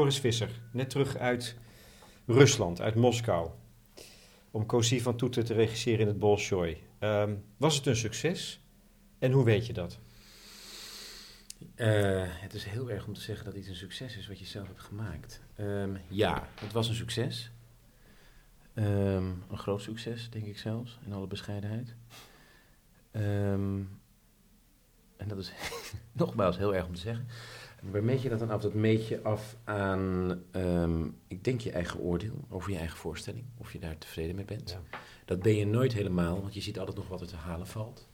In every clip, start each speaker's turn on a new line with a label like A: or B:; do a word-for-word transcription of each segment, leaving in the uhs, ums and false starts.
A: Floris Visser, net terug uit Rusland, uit Moskou, om Cosi van Toeten te regisseren in het Bolshoi. Um, was het een succes? En hoe weet je dat?
B: Uh, het is heel erg om te zeggen dat iets een succes is wat je zelf hebt gemaakt. Um, ja, het was een succes. Um, een groot succes, denk ik zelfs, in alle bescheidenheid. Um, en dat is nogmaals heel erg om te zeggen. Waar meet je dat dan af? Dat meet je af aan, um, ik denk, je eigen oordeel over je eigen voorstelling. Of je daar tevreden mee bent. Ja. Dat ben je nooit helemaal, want je ziet altijd nog wat er te halen valt.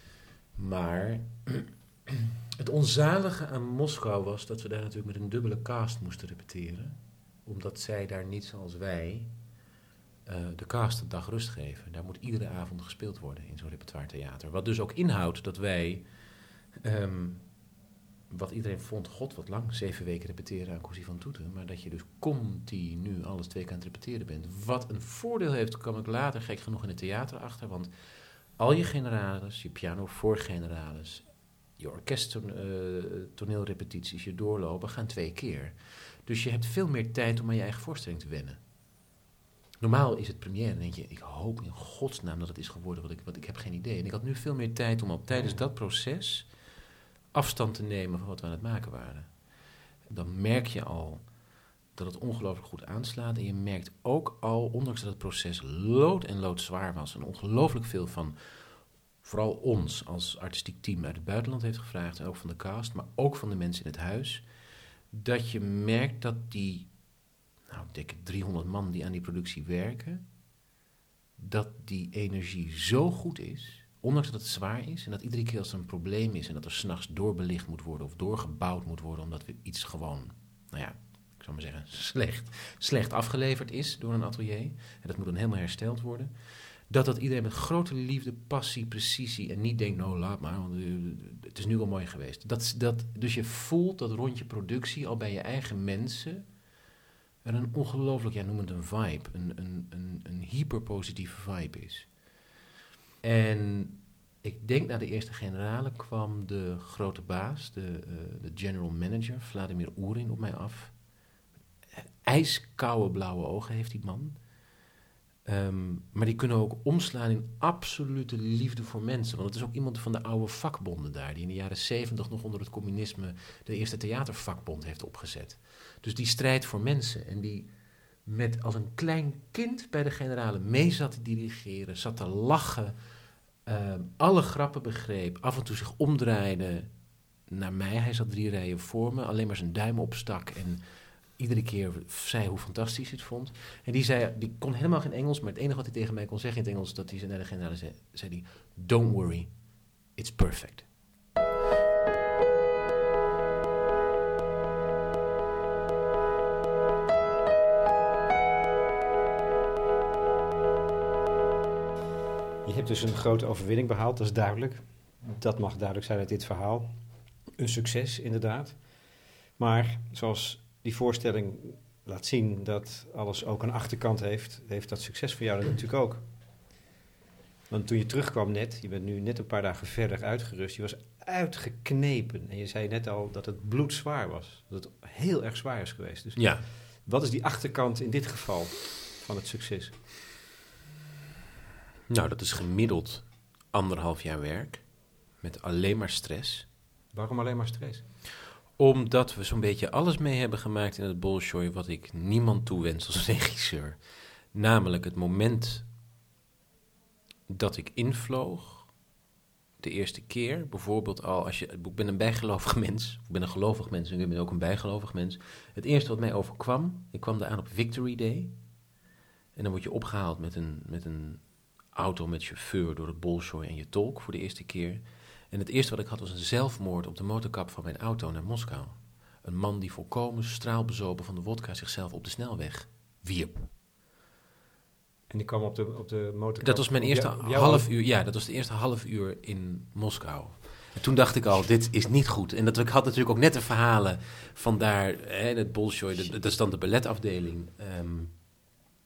B: Maar het onzalige aan Moskou was dat we daar natuurlijk met een dubbele cast moesten repeteren. Omdat zij daar niet zoals wij uh, de cast een dag rust geven. Daar moet iedere avond gespeeld worden in zo'n repertoire theater. Wat dus ook inhoudt dat wij, um, wat iedereen vond, god wat lang, zeven weken repeteren aan Cosi van Toeten. Maar dat je dus continu alles twee keer aan het repeteren bent. Wat een voordeel heeft, kwam ik later gek genoeg in het theater achter. Want al je generales, je piano voor generales, je orkesttoneelrepetities, je doorlopen, gaan twee keer. Dus je hebt veel meer tijd om aan je eigen voorstelling te wennen. Normaal is het première en denk je, ik hoop in godsnaam dat het is geworden wat ik, wat ik heb geen idee. En ik had nu veel meer tijd om al tijdens dat proces afstand te nemen van wat we aan het maken waren. Dan merk je al dat het ongelooflijk goed aanslaat. En je merkt ook al, ondanks dat het proces lood en loodzwaar was en ongelooflijk veel van vooral ons als artistiek team uit het buitenland heeft gevraagd, en ook van de cast, maar ook van de mensen in het huis, dat je merkt dat die, nou, ik denk driehonderd man die aan die productie werken, dat die energie zo goed is, ondanks dat het zwaar is en dat iedere keer als er een probleem is en dat er 's nachts doorbelicht moet worden of doorgebouwd moet worden, omdat we iets gewoon, nou ja, ik zou maar zeggen, slecht, slecht afgeleverd is door een atelier, en dat moet dan helemaal hersteld worden, dat dat iedereen met grote liefde, passie, precisie en niet denkt, nou laat maar, want het is nu al mooi geweest. Dat, dat, dus je voelt dat rondje productie al bij je eigen mensen er een ongelooflijk, ja, noem het een vibe, een, een, een, een hyperpositieve vibe is. En ik denk na de eerste generale kwam de grote baas, de, uh, de general manager, Vladimir Oerin, op mij af. IJskoude blauwe ogen heeft die man. Um, maar die kunnen ook omslaan in absolute liefde voor mensen. Want het is ook iemand van de oude vakbonden daar, die in de jaren zeventig nog onder het communisme de eerste theatervakbond heeft opgezet. Dus die strijd voor mensen en die met als een klein kind bij de generale mee zat te dirigeren, zat te lachen, um, alle grappen begreep, af en toe zich omdraaide naar mij. Hij zat drie rijen voor me, alleen maar zijn duim opstak en iedere keer zei hoe fantastisch het vond. En die zei, die kon helemaal geen Engels, maar het enige wat hij tegen mij kon zeggen in het Engels, dat hij zei naar de generale zei, zei hij, don't worry, it's perfect.
A: Je hebt dus een grote overwinning behaald, dat is duidelijk. Dat mag duidelijk zijn uit dit verhaal. Een succes, inderdaad. Maar zoals die voorstelling laat zien dat alles ook een achterkant heeft, heeft dat succes voor jou natuurlijk ook. Want toen je terugkwam net, je bent nu net een paar dagen verder uitgerust, je was uitgeknepen. En je zei net al dat het bloedzwaar was. Dat het heel erg zwaar is geweest. Dus
B: ja.
A: Wat is die achterkant in dit geval van het succes?
B: Nou, dat is gemiddeld anderhalf jaar werk met alleen maar stress.
A: Waarom alleen maar stress?
B: Omdat we zo'n beetje alles mee hebben gemaakt in het Bolshoi wat ik niemand toewens als regisseur. Namelijk het moment dat ik invloog, de eerste keer, bijvoorbeeld al als je, ik ben een bijgelovig mens, ik ben een gelovig mens en ik ben ook een bijgelovig mens. Het eerste wat mij overkwam, ik kwam daar aan op Victory Day en dan word je opgehaald met een, met een auto met chauffeur door het Bolshoi en je tolk voor de eerste keer. En het eerste wat ik had was een zelfmoord op de motorkap van mijn auto naar Moskou. Een man die volkomen straalbezopen van de wodka zichzelf op de snelweg wierp.
A: En die kwam op de, op de motorkap?
B: Dat was mijn eerste jou, jou half uur. Ja, dat was de eerste half uur in Moskou. En toen dacht ik al, dit is niet goed. En dat, ik had natuurlijk ook net de verhalen van daar, hè, het Bolshoi, dat is dan de balletafdeling. Um,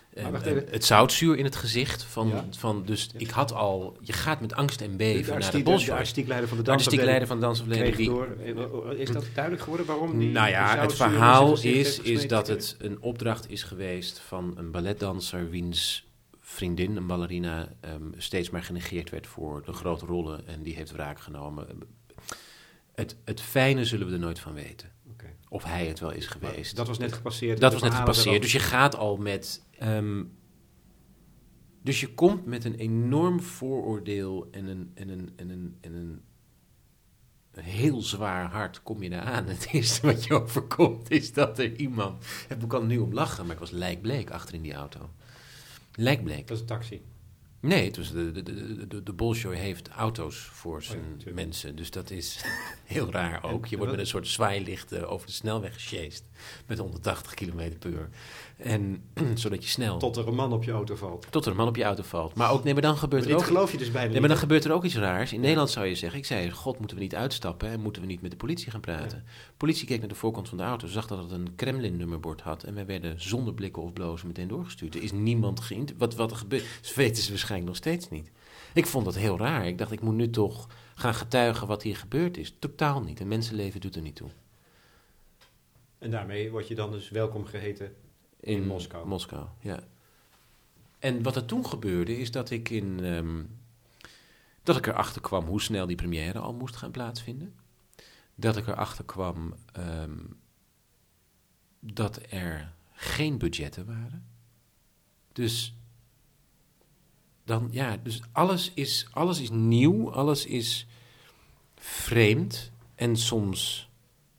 B: En,
A: wacht
B: en
A: even.
B: het zoutzuur in het gezicht. Van,
A: Ja.
B: van, dus
A: Ja.
B: ik had al... Je gaat met angst en
A: De,
B: beven
A: de,
B: naar de
A: artistiek, de,
B: Bolshoi.
A: de artistiekleider van de
B: De artistiek leider
A: dansafdeling
B: van de dansafdeling.
A: kreeg
B: die-
A: door. Is dat duidelijk geworden waarom die
B: Nou ja,
A: die
B: het
A: zoutzuur in
B: verhaal
A: zijn gezicht
B: is,
A: heeft
B: is
A: gesmeten
B: dat
A: gekregen?
B: het een opdracht is geweest van een balletdanser wiens vriendin, een ballerina, um, steeds maar genegeerd werd voor de grote rollen en die heeft wraak genomen. Het, het fijne zullen we er nooit van weten.
A: Okay.
B: Of hij het wel is geweest.
A: Dat was net gepasseerd.
B: Dat
A: De
B: was net
A: verhalen
B: gepasseerd.
A: erop.
B: Dus je gaat al met... Um, dus je komt met een enorm vooroordeel en een, en een, en een, en een, een heel zwaar hart kom je daar aan. Het eerste wat je overkomt is dat er iemand... Ik kan er nu om lachen, maar ik was lijkbleek achter in die auto. Lijkbleek.
A: Dat is een taxi.
B: Nee, het was de, de, de, de, de Bolshoi heeft auto's voor zijn
A: Oh ja,
B: mensen. Dus dat is heel raar ook. Je
A: En
B: wordt
A: wat-
B: met een soort zwaailicht uh, over de snelweg gesjeest. Met honderdtachtig kilometer per uur. En zodat je snel...
A: Tot er een man op je auto valt.
B: Tot er een man op je auto valt. Maar ook, nee, maar dan gebeurt
A: Maar
B: er
A: dit
B: ook...
A: geloof je dus bijna
B: Nee,
A: niet.
B: maar dan gebeurt er ook iets raars. In Nederland zou je zeggen, ik zei, god, moeten we niet uitstappen en moeten we niet met de politie gaan praten.
A: Ja.
B: De politie keek naar de voorkant van de auto, zag dat het een Kremlin-nummerbord had en wij werden zonder blikken of blozen meteen doorgestuurd. Er is niemand geïnt... Wat, wat er gebeurt, dat weten ze waarschijnlijk nog steeds niet. Ik vond dat heel raar. Ik dacht, ik moet nu toch gaan getuigen wat hier gebeurd is. Totaal niet. Een mensenleven doet er niet toe.
A: En daarmee word je dan dus welkom geheten in, in Moskou.
B: Moskou, ja. En wat er toen gebeurde is dat ik in... Um, dat ik erachter kwam hoe snel die première al moest gaan plaatsvinden. Dat ik erachter kwam um, dat er geen budgetten waren. Dus... Dan, ja, dus alles is, alles is nieuw, alles is vreemd en soms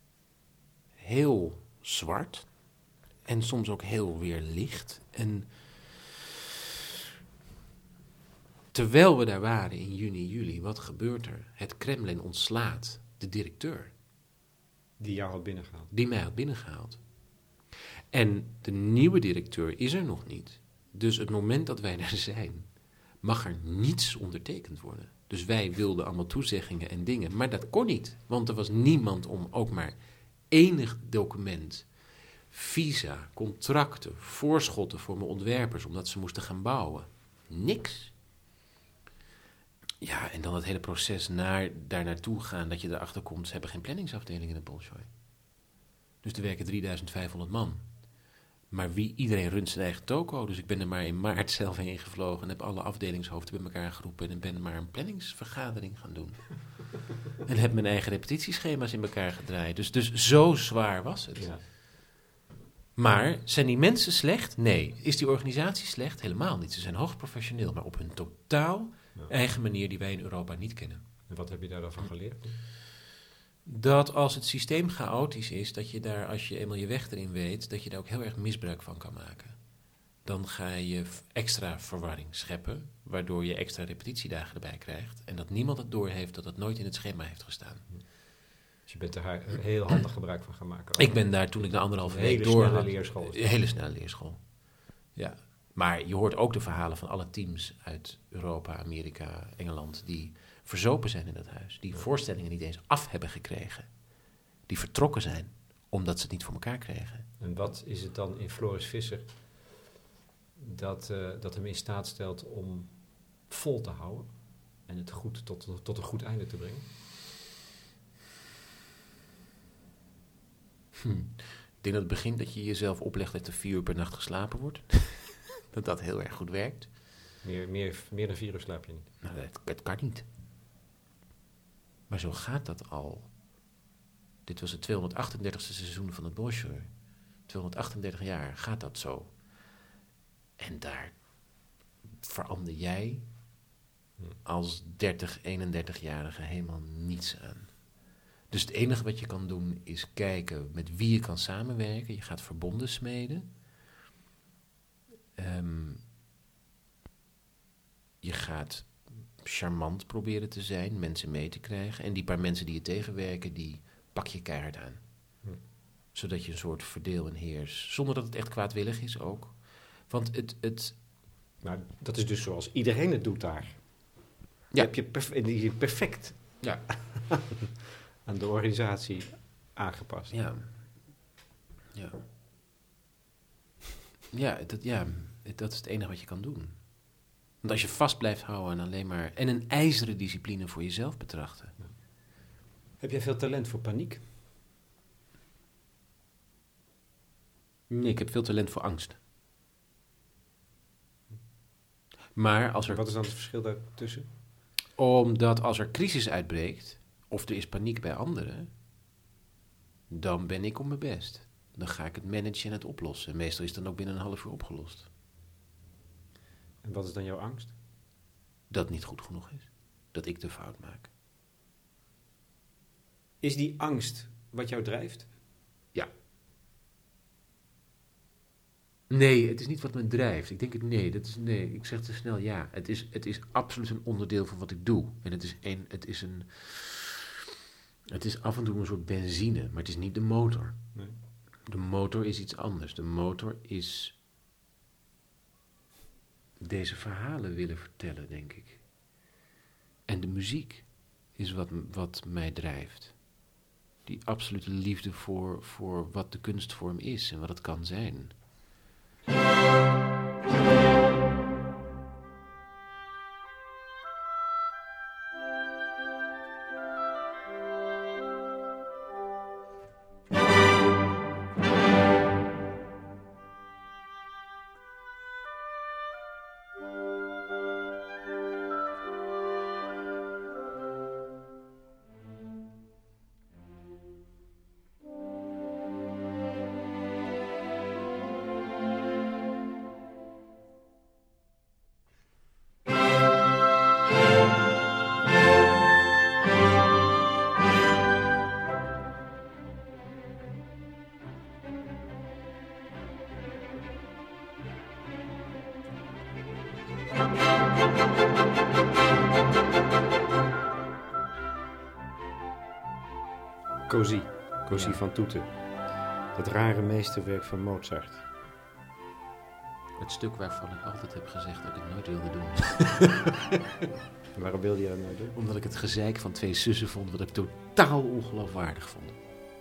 B: heel zwart en soms ook heel weer licht. En terwijl we daar waren in juni, juli, wat gebeurt er? Het Kremlin ontslaat de directeur.
A: Die jou had binnengehaald.
B: Die mij had binnengehaald. En de nieuwe directeur is er nog niet. Dus het moment dat wij daar zijn... mag er niets ondertekend worden. Dus wij wilden allemaal toezeggingen en dingen, maar dat kon niet. Want er was niemand om ook maar enig document, visa, contracten, voorschotten voor mijn ontwerpers, omdat ze moesten gaan bouwen. Niks. Ja, en dan het hele proces naar, daar naartoe gaan, dat je erachter komt, ze hebben geen planningsafdeling in de Bolshoi. Dus er werken drieduizend vijfhonderd man. Maar wie, iedereen runt zijn eigen toko. Dus ik ben er maar in maart zelf heen gevlogen en heb alle afdelingshoofden bij elkaar geroepen en ben maar een planningsvergadering gaan doen. En heb mijn eigen repetitieschema's in elkaar gedraaid. Dus, dus zo zwaar was het.
A: Ja.
B: Maar zijn die mensen slecht? Nee. Is die organisatie slecht? Helemaal niet. Ze zijn hoogprofessioneel, maar op hun totaal
A: Ja.
B: eigen manier die wij in Europa niet kennen.
A: En wat heb je daar dan van geleerd?
B: Dat als het systeem chaotisch is, dat je daar, als je eenmaal je weg erin weet, dat je daar ook heel erg misbruik van kan maken. Dan ga je extra verwarring scheppen, waardoor je extra repetitiedagen erbij krijgt. En dat niemand het doorheeft dat het nooit in het schema heeft gestaan.
A: Dus je bent er heel handig gebruik van gaan maken.
B: Ik ben daar toen ik de anderhalve
A: Een
B: week
A: hele
B: door
A: snelle
B: had-
A: leerschool.
B: Een hele snelle leerschool. Ja. Maar je hoort ook de verhalen van alle teams uit Europa, Amerika, Engeland, die verzopen zijn in dat huis. Die voorstellingen niet eens af hebben gekregen. Die vertrokken zijn, omdat ze het niet voor elkaar kregen.
A: En wat is het dan in Floris Visser dat, uh, dat hem in staat stelt om vol te houden en het goed tot, tot een goed einde te brengen?
B: Hm. Ik denk dat het begint dat je jezelf oplegt dat er vier uur per nacht geslapen wordt. Dat dat heel erg goed werkt.
A: Meer, meer, meer dan vier uur slaap je niet.
B: Nou, dat, dat kan niet. Maar zo gaat dat al. Dit was het tweehonderdachtendertigste seizoen van het Bolshoi. tweehonderdachtendertig jaar gaat dat zo. En daar verander jij als dertig, eenendertig-jarige helemaal niets aan. Dus het enige wat je kan doen is kijken met wie je kan samenwerken. Je gaat verbonden smeden. Um, je gaat charmant proberen te zijn, mensen mee te krijgen. En die paar mensen die je tegenwerken, die pak je keihard aan. Hm. Zodat je een soort verdeel en heers, zonder dat het echt kwaadwillig is ook. Want het... het
A: maar dat is dus zoals iedereen het doet daar.
B: Ja.
A: Heb je perf- perfect
B: ja.
A: aan de organisatie aangepast.
B: Ja. Ja. Ja, dat, ja. dat is het enige wat je kan doen. Want als je vast blijft houden en alleen maar... en een ijzeren discipline voor jezelf betrachten.
A: Ja. Heb jij veel talent voor paniek?
B: Nee, ik heb veel talent voor angst. Maar als er...
A: Wat is dan het verschil daartussen?
B: Omdat als er crisis uitbreekt, of er is paniek bij anderen, dan ben ik op mijn best. Dan ga ik het managen en het oplossen. En meestal is het dan ook binnen een half uur opgelost.
A: En wat is dan jouw angst?
B: Dat het niet goed genoeg is. Dat ik de fout maak.
A: Is die angst wat jou drijft?
B: Ja. Nee, het is niet wat me drijft. Ik denk het nee. Dat is, nee, ik zeg te snel ja. Het is, het is absoluut een onderdeel van wat ik doe. En het is, een, het is een... Het is af en toe een soort benzine, maar het is niet de motor.
A: Nee.
B: De motor is iets anders. De motor is deze verhalen willen vertellen, denk ik. En de muziek is wat, wat mij drijft. Die absolute liefde voor, voor wat de kunstvorm is en wat het kan zijn.
A: Così, Così
B: Ja.
A: van Toeten. Dat rare meesterwerk van Mozart.
B: Het stuk waarvan ik altijd heb gezegd dat ik het nooit wilde doen.
A: En waarom wilde je dat nou doen?
B: Omdat ik het gezeik van twee zussen vond, wat ik totaal ongeloofwaardig vond.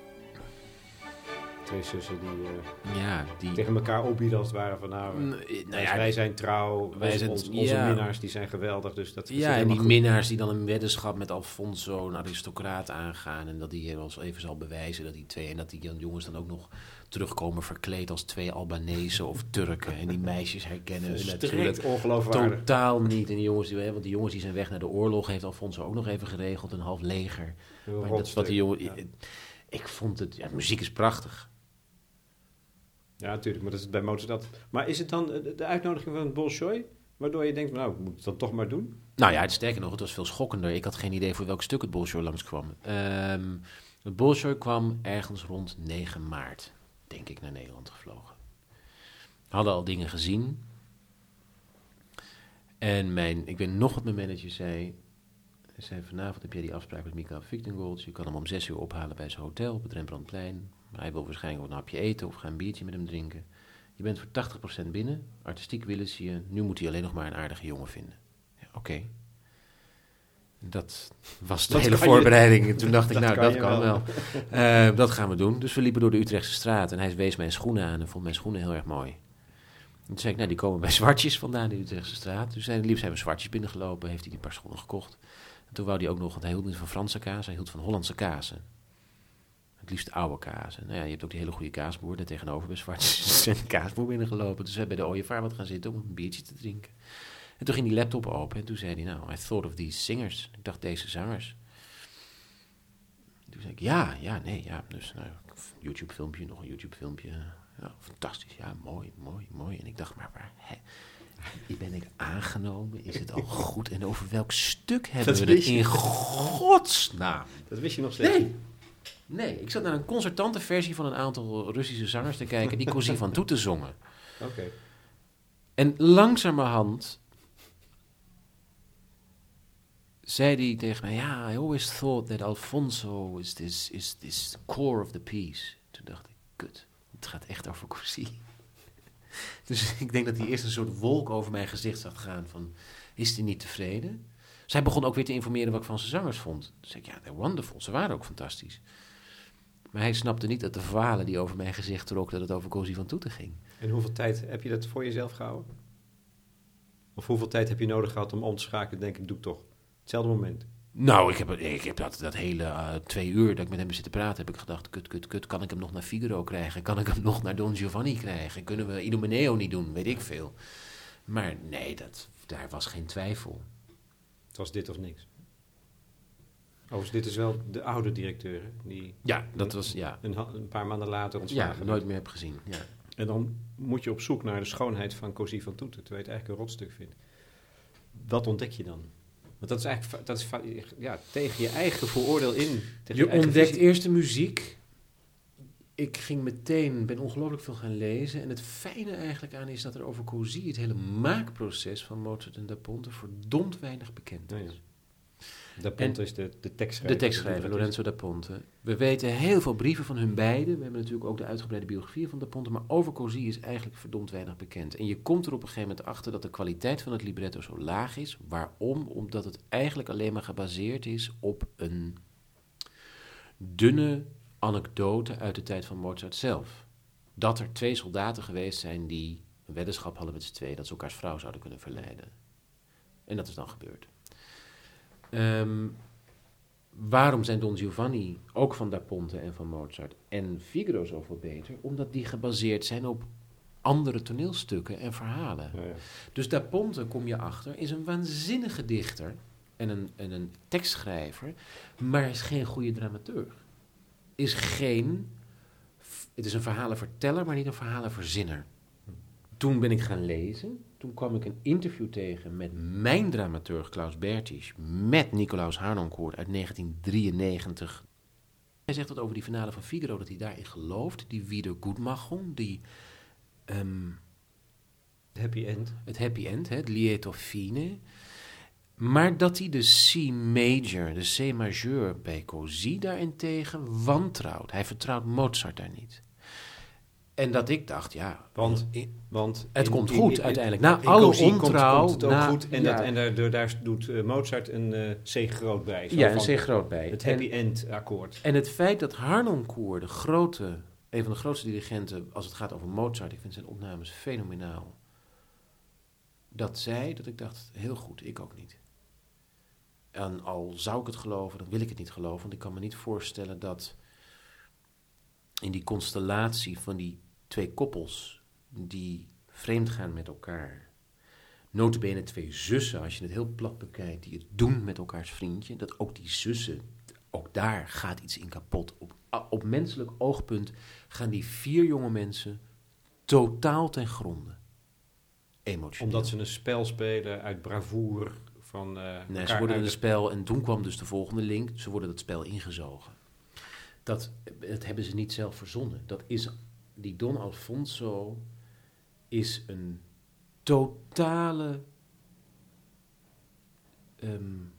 A: Twee zussen die eh,
B: Ja, die...
A: tegen elkaar opbieden als het ware van nou,
B: N-
A: wij,
B: nou ja,
A: wij zijn trouw,
B: wij
A: ons-
B: zijn-
A: ons- onze
B: ja.
A: minnaars die zijn geweldig. Dus dat is
B: Ja, en
A: helemaal
B: die
A: goed.
B: minnaars die dan een weddenschap met Alfonso, een aristocraat, aangaan. En dat die wel even zal bewijzen dat die twee... En dat die jongens dan ook nog terugkomen verkleed als twee Albanezen of Turken. En die meisjes herkennen hun natuurlijk
A: Volstrekt ongeloofwaardig.
B: totaal niet. En die jongens, die, want die jongens die zijn weg naar de oorlog, heeft Alfonso ook nog even geregeld. Een half leger.
A: Heel
B: Maar dat is wat die jongen...
A: Ja.
B: Ik vond het... Ja, de muziek is prachtig.
A: Ja, natuurlijk, maar dat is bij Mozart. Maar is het dan de de uitnodiging van het Bolshoi, waardoor je denkt, nou, ik moet het dan toch maar doen?
B: Nou ja, het sterker nog, het was veel schokkender. Ik had geen idee voor welk stuk het Bolshoi langskwam. Ehm het Bolshoi kwam ergens rond negen maart, denk ik, naar Nederland gevlogen. We hadden al dingen gezien. En mijn, ik weet nog wat mijn manager zei. Hij zei, vanavond heb jij die afspraak met Michael Victengold. Je kan hem om zes uur ophalen bij zijn hotel op het Rembrandtplein. Hij wil waarschijnlijk wat een hapje eten of ga een biertje met hem drinken. Je bent voor tachtig procent binnen. Artistiek willen ze je. Nu moet hij alleen nog maar een aardige jongen vinden. Ja, oké. Okay. Dat was de
A: Dat
B: hele
A: kan je-
B: voorbereiding. En toen dacht ik,
A: Dat
B: nou,
A: kan
B: dat
A: je
B: kan
A: wel.
B: wel. Uh, dat gaan we doen. Dus we liepen door de Utrechtse straat. En hij wees mijn schoenen aan en vond mijn schoenen heel erg mooi. En toen zei ik, nou, die komen bij Zwartjes vandaan, de Utrechtse straat. Dus hij liep zijn we Zwartjes binnengelopen. Heeft hij die paar schoenen gekocht. En toen wou hij ook nog, want hij hield niet van Franse kaas. Hij hield van Hollandse kazen. Het liefst oude kazen. Nou ja, je hebt ook die hele goede kaasboer daar tegenover bij Zwartjes. Dus zijn de kaasboer binnengelopen. Dus we hebben bij de Ooievaar wat gaan zitten om een biertje te drinken. En toen ging die laptop open en toen zei hij, nou, I thought of these singers. Ik dacht, deze zangers. Toen zei ik, ja, ja, nee, ja. Dus nou, YouTube filmpje, nog een YouTube filmpje. Ja, fantastisch, ja, mooi, mooi, mooi. En ik dacht, maar waar, hè? Ben ik aangenomen? Is het al goed? En over welk stuk hebben
A: Dat
B: we het
A: wist je.
B: in godsnaam?
A: Dat wist je nog steeds.
B: Nee. Nee, ik zat naar een concertante versie van een aantal Russische zangers te kijken die Così van Toeten zongen.
A: Oké. Okay.
B: En langzamerhand zei hij tegen mij, ja, I always thought that Alfonso is this, is this core of the piece. Toen dacht ik, kut, het gaat echt over Così. Dus ik denk dat hij eerst een soort wolk over mijn gezicht zag gaan van, is hij niet tevreden? Zij begon ook weer te informeren wat ik van zijn zangers vond. Toen zei ik, ja, they're wonderful, ze waren ook fantastisch. Maar hij snapte niet dat de verhalen die over mijn gezicht trok, dat het over Cosi van Toeten ging.
A: En hoeveel tijd heb je dat voor jezelf gehouden? Of hoeveel tijd heb je nodig gehad om om te schakelen en denken, ik doe het toch? Hetzelfde moment.
B: Nou, ik heb, ik heb dat, dat hele uh, twee uur dat ik met hem zitten praten, heb ik gedacht, kut, kut, kut, kan ik hem nog naar Figaro krijgen? Kan ik hem nog naar Don Giovanni krijgen? Kunnen we Idomeneo niet doen? Weet ik veel. Maar nee, dat, daar was geen twijfel.
A: Het was dit of niks. Overigens, dit is wel de oude directeur, hè, die
B: Ja, dat was, ja.
A: een, een paar maanden later ontslagen
B: Ja,
A: werd.
B: nooit meer heb gezien, ja.
A: En dan moet je op zoek naar de schoonheid van Cosi van Toeten, terwijl je het eigenlijk een rotstuk vindt. Wat ontdek je dan? Want dat is eigenlijk dat is, ja, tegen je eigen vooroordeel in. Tegen
B: Je, je ontdekt eerst de muziek. Ik ging meteen, ben ongelooflijk veel gaan lezen. En het fijne eigenlijk aan is dat er over Cosi, het hele maakproces van Mozart en Da Ponte, verdomd weinig bekend is.
A: Ja, ja. Da Ponte
B: En
A: is de, de tekstschrijver.
B: De tekstschrijver, Lorenzo Da Ponte. We weten heel veel brieven van hun beiden. We hebben natuurlijk ook de uitgebreide biografieën van Da Ponte. Maar over Cosi is eigenlijk verdomd weinig bekend. En je komt er op een gegeven moment achter dat de kwaliteit van het libretto zo laag is. Waarom? Omdat het eigenlijk alleen maar gebaseerd is op een dunne anekdote uit de tijd van Mozart zelf. Dat er twee soldaten geweest zijn die een weddenschap hadden met z'n tweeën dat ze elkaars vrouw zouden kunnen verleiden. En dat is dan gebeurd. Um, waarom zijn Don Giovanni, ook van Da Ponte en van Mozart, en Figaro zoveel beter? Omdat die gebaseerd zijn op andere toneelstukken en verhalen.
A: Ja, ja.
B: Dus Da Ponte, kom je achter, is een waanzinnige dichter en een, en een tekstschrijver, maar is geen goede dramaturg. Is geen, het is een verhalenverteller, maar niet een verhalenverzinner. Toen ben ik gaan lezen. Toen kwam ik een interview tegen met mijn dramaturg Klaus Bertisch met Nicolaus Harnoncourt uit negentien drieënnegentig. Hij zegt dat over die finale van Figaro, dat hij daarin gelooft. Die Wiedergutmachung, die um,
A: happy end.
B: Het happy end, hè, het lieto fine. Maar dat hij de C major, de C majeur bij Cosi daarentegen wantrouwt. Hij vertrouwt Mozart daar niet. En dat ik dacht, ja,
A: want,
B: in,
A: want
B: het
A: in,
B: komt
A: in,
B: goed
A: in,
B: uiteindelijk. Na
A: in
B: alle
A: Cosi
B: ontrouw...
A: Komt, komt het ook
B: na,
A: goed en,
B: ja.
A: dat, en daar, daar doet uh, Mozart een uh, C groot bij. Zo
B: ja,
A: van
B: een C groot bij.
A: Het happy en, end akkoord.
B: En het feit dat Harnoncourt, de grote, een van de grootste dirigenten als het gaat over Mozart, ik vind zijn opnames fenomenaal, dat zei, dat ik dacht, heel goed, ik ook niet. En al zou ik het geloven, dan wil ik het niet geloven, want ik kan me niet voorstellen dat in die constellatie van die twee koppels die vreemd gaan met elkaar, nota bene twee zussen, als je het heel plat bekijkt, die het doen met elkaars vriendje, dat ook die zussen, ook daar gaat iets in kapot. Op, op menselijk oogpunt gaan die vier jonge mensen totaal ten gronde. Emotioneel.
A: Omdat ze een spel spelen uit bravoure van uh,
B: nee, ze worden in een spel, en toen kwam dus de volgende link, ze worden dat spel ingezogen. Dat, dat hebben ze niet zelf verzonnen. Dat is, die Don Alfonso is een totale, um,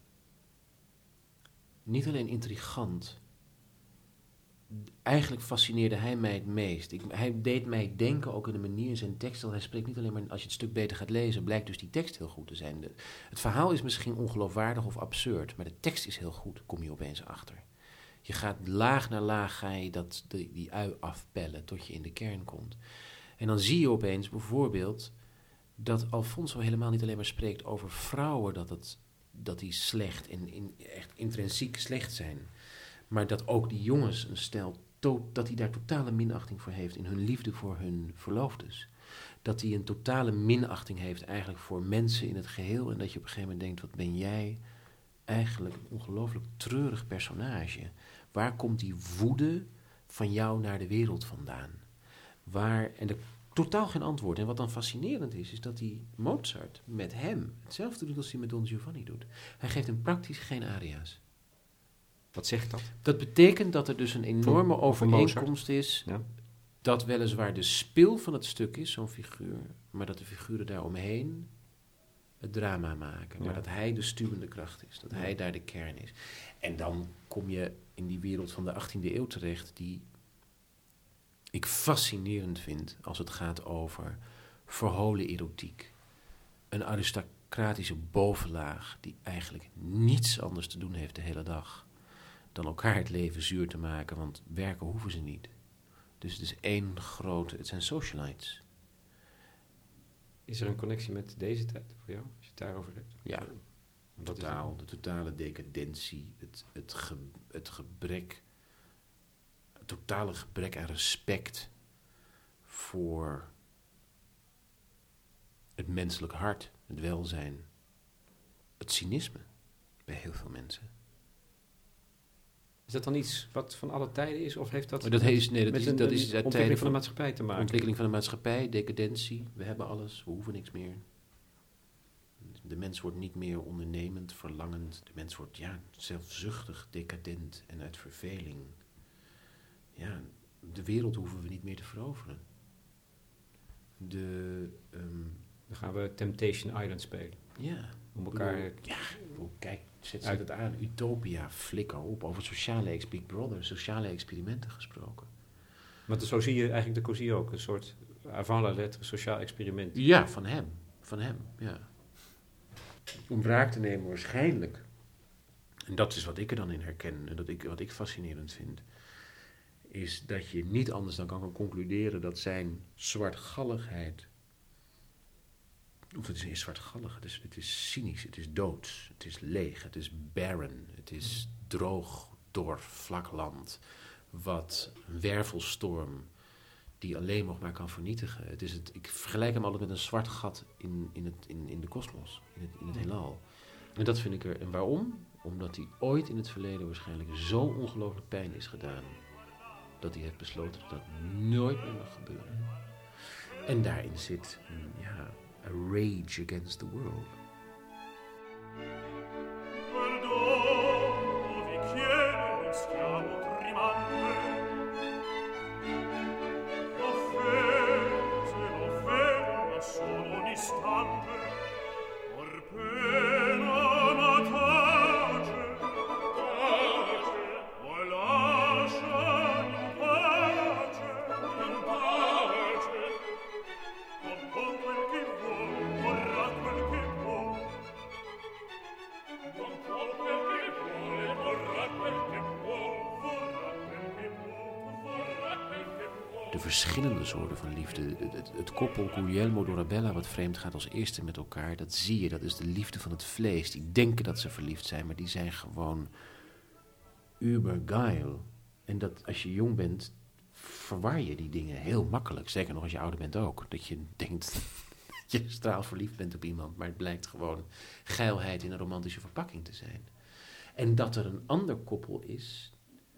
B: niet alleen intrigant, eigenlijk fascineerde hij mij het meest. Ik, hij deed mij denken, ook in de manier in zijn tekst, hij spreekt niet alleen maar, als je het stuk beter gaat lezen, blijkt dus die tekst heel goed te zijn. De, het verhaal is misschien ongeloofwaardig of absurd, maar de tekst is heel goed, kom je opeens achter. Je gaat laag na laag, ga je dat, die, die ui afpellen tot je in de kern komt. En dan zie je opeens bijvoorbeeld dat Alfonso helemaal niet alleen maar spreekt over vrouwen, dat, het, dat die slecht en in, echt intrinsiek slecht zijn. Maar dat ook die jongens een stel, to, dat hij daar totale minachting voor heeft in hun liefde voor hun verloofdes. Dat hij een totale minachting heeft eigenlijk voor mensen in het geheel. En dat je op een gegeven moment denkt, wat ben jij eigenlijk een ongelooflijk treurig personage. Waar komt die woede van jou naar de wereld vandaan? Waar, en er totaal geen antwoord. En wat dan fascinerend is, is dat die Mozart met hem hetzelfde doet als hij met Don Giovanni doet. Hij geeft hem praktisch geen aria's.
A: Wat zegt dat?
B: Dat betekent dat er dus een enorme voor, overeenkomst voor is, ja. Dat weliswaar de spil van het stuk is, zo'n figuur, maar dat de figuren daaromheen het drama maken. Maar ja. Dat hij de stuwende kracht is, dat ja. Hij daar de kern is. En dan kom je in die wereld van de achttiende eeuw terecht, die ik fascinerend vind als het gaat over verholen erotiek. Een aristocratische bovenlaag die eigenlijk niets anders te doen heeft de hele dag dan elkaar het leven zuur te maken, want werken hoeven ze niet. Dus het is één grote, het zijn socialites.
A: Is er een connectie met deze tijd voor jou, als je het daarover hebt?
B: Ja,
A: Wat is
B: totaal,
A: het?
B: de totale decadentie, het, het, ge, het gebrek, het totale gebrek aan respect voor het menselijk hart, het welzijn, het cynisme bij heel veel mensen.
A: Is dat dan iets wat van alle tijden is? Of heeft dat,
B: Maar dat is, nee, dat
A: met
B: is,
A: een,
B: dat
A: een
B: is uit
A: ontwikkeling
B: tijden
A: van de
B: van
A: maatschappij te maken?
B: ontwikkeling van de maatschappij, decadentie, we hebben alles, we hoeven niks meer. De mens wordt niet meer ondernemend, verlangend. De mens wordt ja, zelfzuchtig, decadent en uit verveling. Ja, de wereld hoeven we niet meer te veroveren. De, um,
A: Dan gaan we Temptation Island spelen.
B: ja.
A: Om elkaar...
B: Ja, bedoel, kijk, zet ze het aan. Utopia, flikker op. Over sociale, ex- Big Brother, sociale experimenten gesproken.
A: Want zo zie je eigenlijk de Cozy ook. Een soort avant la lettre sociaal experiment.
B: Ja, van hem. Van hem, ja. Om wraak te nemen waarschijnlijk. En dat is wat ik er dan in herken. En dat ik, wat ik fascinerend vind. Is dat je niet anders dan kan concluderen dat zijn zwartgalligheid... Of het is niet zwartgallig, het is, het is cynisch, het is doods, het is leeg, het is barren, het is droog, dor, vlak land. Wat een wervelstorm die alleen nog maar kan vernietigen. Het is het, ik vergelijk hem altijd met een zwart gat in, in, het, in, in de kosmos, in het, in het heelal. En dat vind ik er. En waarom? Omdat hij ooit in het verleden waarschijnlijk zo ongelooflijk pijn is gedaan, dat hij heeft besloten dat dat nooit meer mag gebeuren. En daarin zit, ja... a rage against the world. De verschillende soorten van liefde. Het, het, het koppel Guglielmo Dorabella wat vreemd gaat als eerste met elkaar, dat zie je, dat is de liefde van het vlees. Die denken dat ze verliefd zijn, maar die zijn gewoon ubergeil. En dat als je jong bent, verwar je die dingen heel makkelijk. Zeker nog als je ouder bent ook. Dat je denkt dat je straalverliefd bent op iemand, maar het blijkt gewoon geilheid in een romantische verpakking te zijn. En dat er een ander koppel is,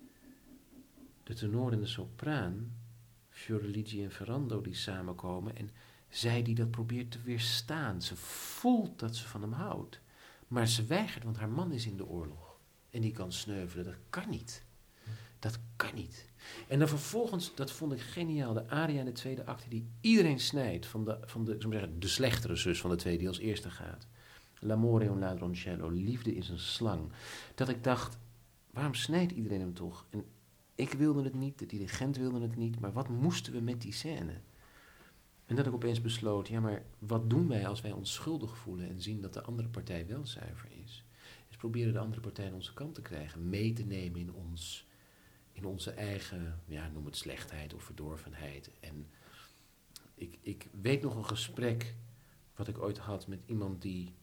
B: de tenor en de sopraan, Fioreligi en Ferrando, die samenkomen. En zij die dat probeert te weerstaan. Ze voelt dat ze van hem houdt. Maar ze weigert, want haar man is in de oorlog. En die kan sneuvelen. Dat kan niet. Dat kan niet. En dan vervolgens, dat vond ik geniaal, de aria in de tweede acte die iedereen snijdt. Van de, van de, ik zou zeggen, de slechtere zus van de twee die als eerste gaat. L'amore è un ladroncello. Liefde is een slang. Dat ik dacht, waarom snijdt iedereen hem toch? En ik wilde het niet, de dirigent wilde het niet, maar wat moesten we met die scène? En dat ik opeens besloot, ja, maar wat doen wij als wij ons schuldig voelen en zien dat de andere partij wel zuiver is? Dus proberen de andere partij aan onze kant te krijgen, mee te nemen in, ons, in onze eigen, ja, noem het slechtheid of verdorvenheid. En ik, ik weet nog een gesprek wat ik ooit had met iemand die...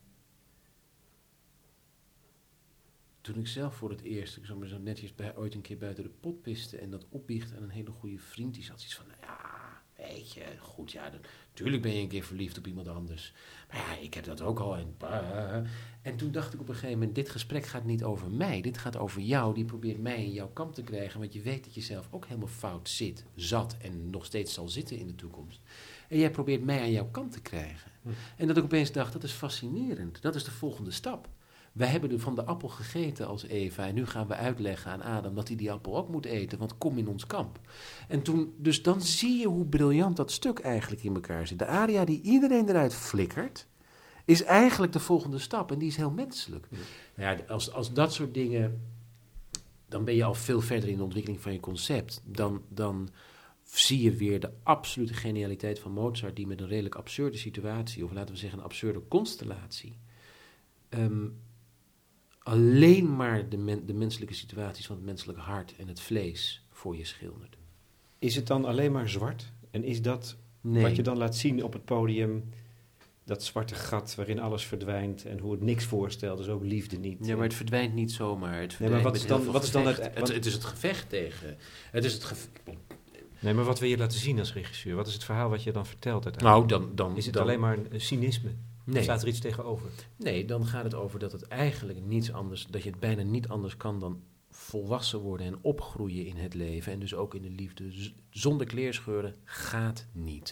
B: Toen ik zelf voor het eerst, ik zou maar zo netjes bij, ooit een keer buiten de pot piste en dat opbiecht aan een hele goede vriend, die zat iets van, nou ja, weet je, goed, ja, natuurlijk ben je een keer verliefd op iemand anders. Maar ja, ik heb dat ook al. En, en toen dacht ik op een gegeven moment, dit gesprek gaat niet over mij, dit gaat over jou, die probeert mij in jouw kamp te krijgen, want je weet dat je zelf ook helemaal fout zit, zat en nog steeds zal zitten in de toekomst. En jij probeert mij aan jouw kant te krijgen. Hm. En dat ik opeens dacht, dat is fascinerend, dat is de volgende stap. Wij hebben er van de appel gegeten als Eva en nu gaan we uitleggen aan Adam dat hij die appel ook moet eten, want kom in ons kamp. En toen, dus dan zie je hoe briljant dat stuk eigenlijk in elkaar zit. De aria die iedereen eruit flikkert, is eigenlijk de volgende stap en die is heel menselijk. Ja. Nou ja, als, als dat soort dingen, dan ben je al veel verder in de ontwikkeling van je concept. Dan, dan zie je weer de absolute genialiteit van Mozart, die met een redelijk absurde situatie, of laten we zeggen een absurde constellatie, um, alleen maar de, men, de menselijke situaties van het menselijke hart en het vlees voor je schildert.
A: Is het dan alleen maar zwart? En is dat
B: Nee.
A: wat je dan laat zien op het podium, dat zwarte gat waarin alles verdwijnt en hoe het niks voorstelt, dus ook liefde niet?
B: Ja, maar het verdwijnt niet zomaar. Het
A: Nee, maar wat
B: verdwijnt
A: is
B: met
A: dan-
B: heel veel
A: wat is dan
B: gevecht.
A: het-
B: het,
A: wat-
B: het is het gevecht tegen... Het is het gevecht...
A: Nee, maar wat wil je laten zien als regisseur? Wat is het verhaal wat je dan vertelt uiteindelijk?
B: Nou, dan... dan
A: is het
B: dan,
A: alleen maar een cynisme?
B: Nee.
A: Of staat er iets tegenover?
B: Nee, dan gaat het over dat het eigenlijk niets anders... dat je het bijna niet anders kan dan volwassen worden en opgroeien in het leven. En dus ook in de liefde. Z- Zonder kleerscheuren gaat niet.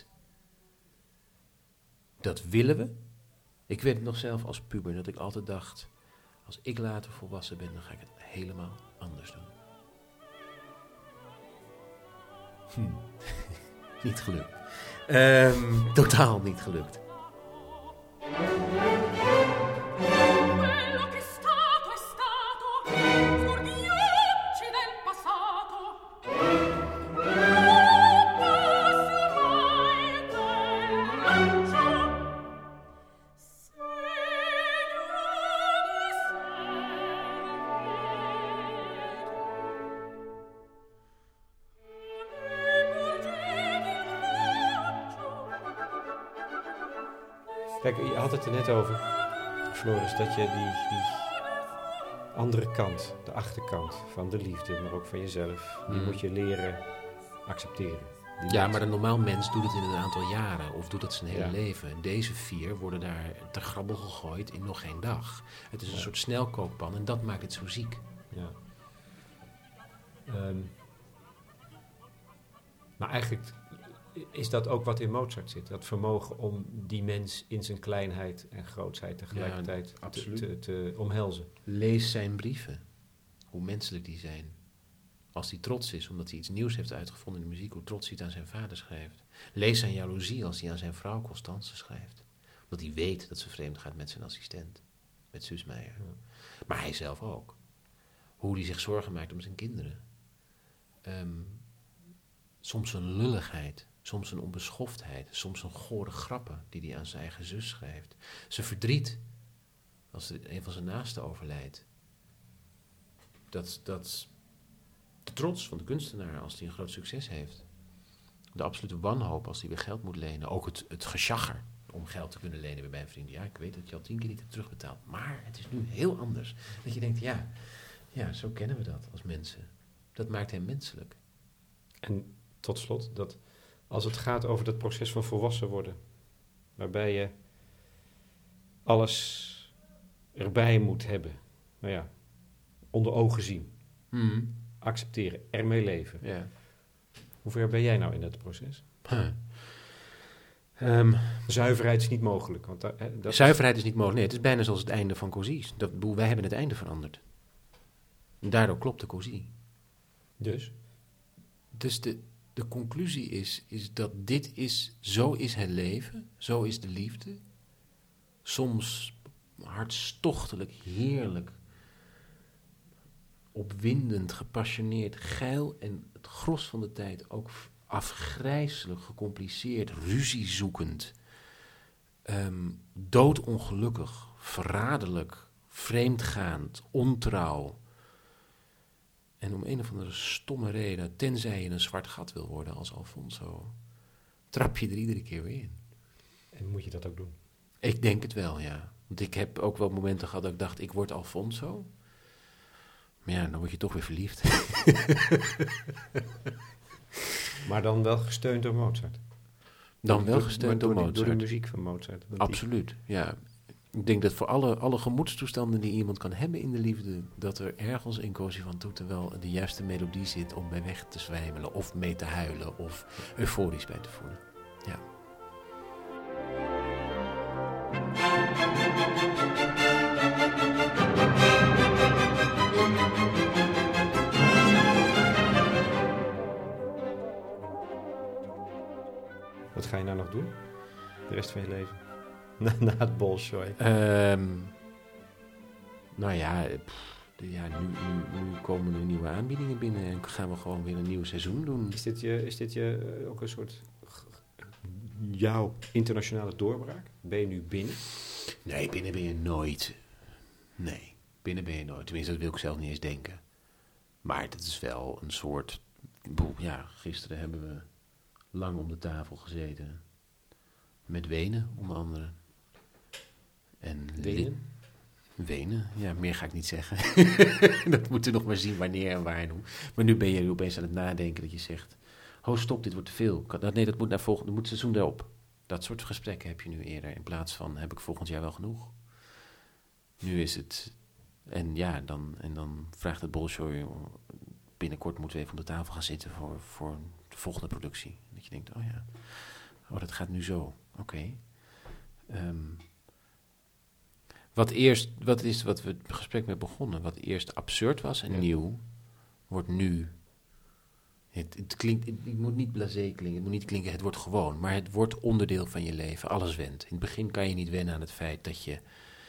B: Dat willen we. Ik weet het nog zelf als puber, dat ik altijd dacht... als ik later volwassen ben, dan ga ik het helemaal anders doen. Hm. Niet gelukt. Ehm, totaal niet gelukt.
C: Quello che è stato è stato, scordiacci del passato. Non passa mai quell'accia, segno
A: Kijk, je had het er net over, Floris, dat je die, die andere kant, de achterkant van de liefde, maar ook van jezelf, die
B: Mm.
A: moet je leren accepteren. Die
B: Ja,
A: moet-
B: maar een normaal mens doet het in een aantal jaren of doet het zijn hele
A: Ja.
B: leven. En deze vier worden daar ter grabbel gegooid in nog geen dag. Het is een
A: Ja.
B: soort snelkookpan en dat maakt het zo ziek.
A: Ja. Ehm, maar eigenlijk is dat ook wat in Mozart zit. Dat vermogen om die mens in zijn kleinheid en grootsheid tegelijkertijd te,
B: absoluut.
A: te, te omhelzen.
B: Lees zijn brieven. Hoe menselijk die zijn. Als hij trots is omdat hij iets nieuws heeft uitgevonden in de muziek, hoe trots hij het aan zijn vader schrijft. Lees zijn jaloezie als hij aan zijn vrouw Constance schrijft. Omdat hij weet dat ze vreemd gaat met zijn assistent. Met Suus Meijer.
A: Ja.
B: Maar hij zelf ook. Hoe hij zich zorgen maakt om zijn kinderen. Ehm, soms een lulligheid. Soms een onbeschoftheid. Soms een gore grappen die hij aan zijn eigen zus schrijft. Zijn verdriet. Als er een van zijn naasten overlijdt. Dat, dat, de trots van de kunstenaar als hij een groot succes heeft. De absolute wanhoop als hij weer geld moet lenen. Ook het, het gesjagger om geld te kunnen lenen bij een vriend. Ja, ik weet dat je al tien keer niet hebt terugbetaald. Maar het is nu heel anders. Dat je denkt, ja, ja, zo kennen we dat als mensen. Dat maakt hem menselijk.
A: En tot slot, dat als het gaat over dat proces van volwassen worden, waarbij je alles erbij moet hebben, nou ja, onder ogen zien, accepteren, ermee leven.
B: Ja.
A: Hoe ver ben jij nou in dat proces?
B: Huh. Ehm,
A: Zuiverheid is niet mogelijk. Want da- hè, dat
B: zuiverheid is niet mogelijk. Nee, het is bijna zoals het einde van Cousy. Dat, bedoel, wij hebben het einde veranderd. En daardoor klopt de Cousy.
A: Dus?
B: Dus de, de conclusie is, is dat dit is, zo is het leven, zo is de liefde. Soms hartstochtelijk, heerlijk, opwindend, gepassioneerd, geil en het gros van de tijd ook afgrijselijk, gecompliceerd, ruziezoekend, ehm, doodongelukkig, verraderlijk, vreemdgaand, ontrouw. En om een of andere stomme reden, tenzij je een zwart gat wil worden als Alfonso, trap je er iedere keer weer in.
A: En moet je dat ook doen?
B: Ik denk het wel, ja. Want ik heb ook wel momenten gehad dat ik dacht, ik word Alfonso. Maar ja, dan word je toch weer verliefd.
A: Maar dan wel gesteund door Mozart.
B: Dan wel
A: Door-
B: gesteund door
A: die-
B: Mozart.
A: Door de muziek van Mozart. Want die-
B: Absoluut, ja. Ik denk dat voor alle, alle gemoedstoestanden die iemand kan hebben in de liefde, dat er ergens in Cozy van Toeten wel de juiste melodie zit om bij weg te zwijmelen, of mee te huilen, of euforisch bij te voelen. Ja.
A: Wat ga je nou nog doen? De rest van je leven? Na, na het Bolshoi.
B: Ehm, nou ja, pff, de- ja nu, nu, nu komen er nieuwe aanbiedingen binnen en gaan we gewoon weer een nieuw seizoen doen.
A: Is dit je, is dit je eh, ook een soort g- jouw internationale doorbraak? Ben je nu binnen?
B: Nee, binnen ben je nooit. Nee. Binnen ben je nooit. Tenminste, dat wil ik zelf niet eens denken. Maar dat is wel een soort... boel. Ja, gisteren hebben we lang om de tafel gezeten. Met Wenen, onder andere. En
A: Wenen?
B: Wenen, ja, meer ga ik niet zeggen. Dat moeten we nog maar zien wanneer en waar en hoe. Maar nu ben je opeens aan het nadenken dat je zegt... Oh, stop, dit wordt te veel. Kan- Nee, dat moet naar volgende, moet het seizoen erop. Dat soort gesprekken heb je nu eerder. In plaats van, heb ik volgend jaar wel genoeg? Nu is het... En ja, dan, en dan vraagt het Bolshoi... Binnenkort moeten we even om de tafel gaan zitten voor, voor de volgende productie. Dat je denkt, oh ja, oh, dat gaat nu zo. Oké. Okay. Um, wat eerst, wat is wat we het gesprek mee begonnen, wat eerst absurd was en ja. nieuw, wordt nu... Het, het klinkt, het, het moet niet blasé klinken, het moet niet klinken, het wordt gewoon, maar het wordt onderdeel van je leven. Alles went. In het begin kan je niet wennen aan het feit dat je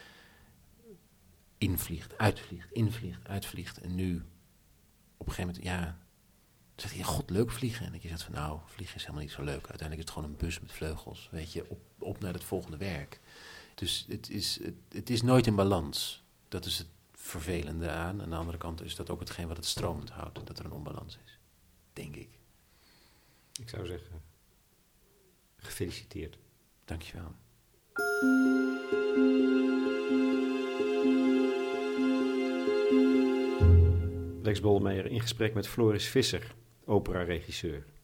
B: invliegt, uitvliegt, invliegt, uitvliegt. En nu, op een gegeven moment, ja, dan zeg je, god, leuk vliegen. En dat je zegt van, nou, vliegen is helemaal niet zo leuk. Uiteindelijk is het gewoon een bus met vleugels, weet je, op, op naar het volgende werk. Dus het is, het, het is nooit in balans. Dat is het vervelende aan. Aan de andere kant is dat ook hetgeen wat het stromend houdt, dat er een onbalans is. Denk ik.
A: Ik zou zeggen, gefeliciteerd.
B: Dankjewel.
A: Lex Bolmeijer in gesprek met Floris Visser, operaregisseur.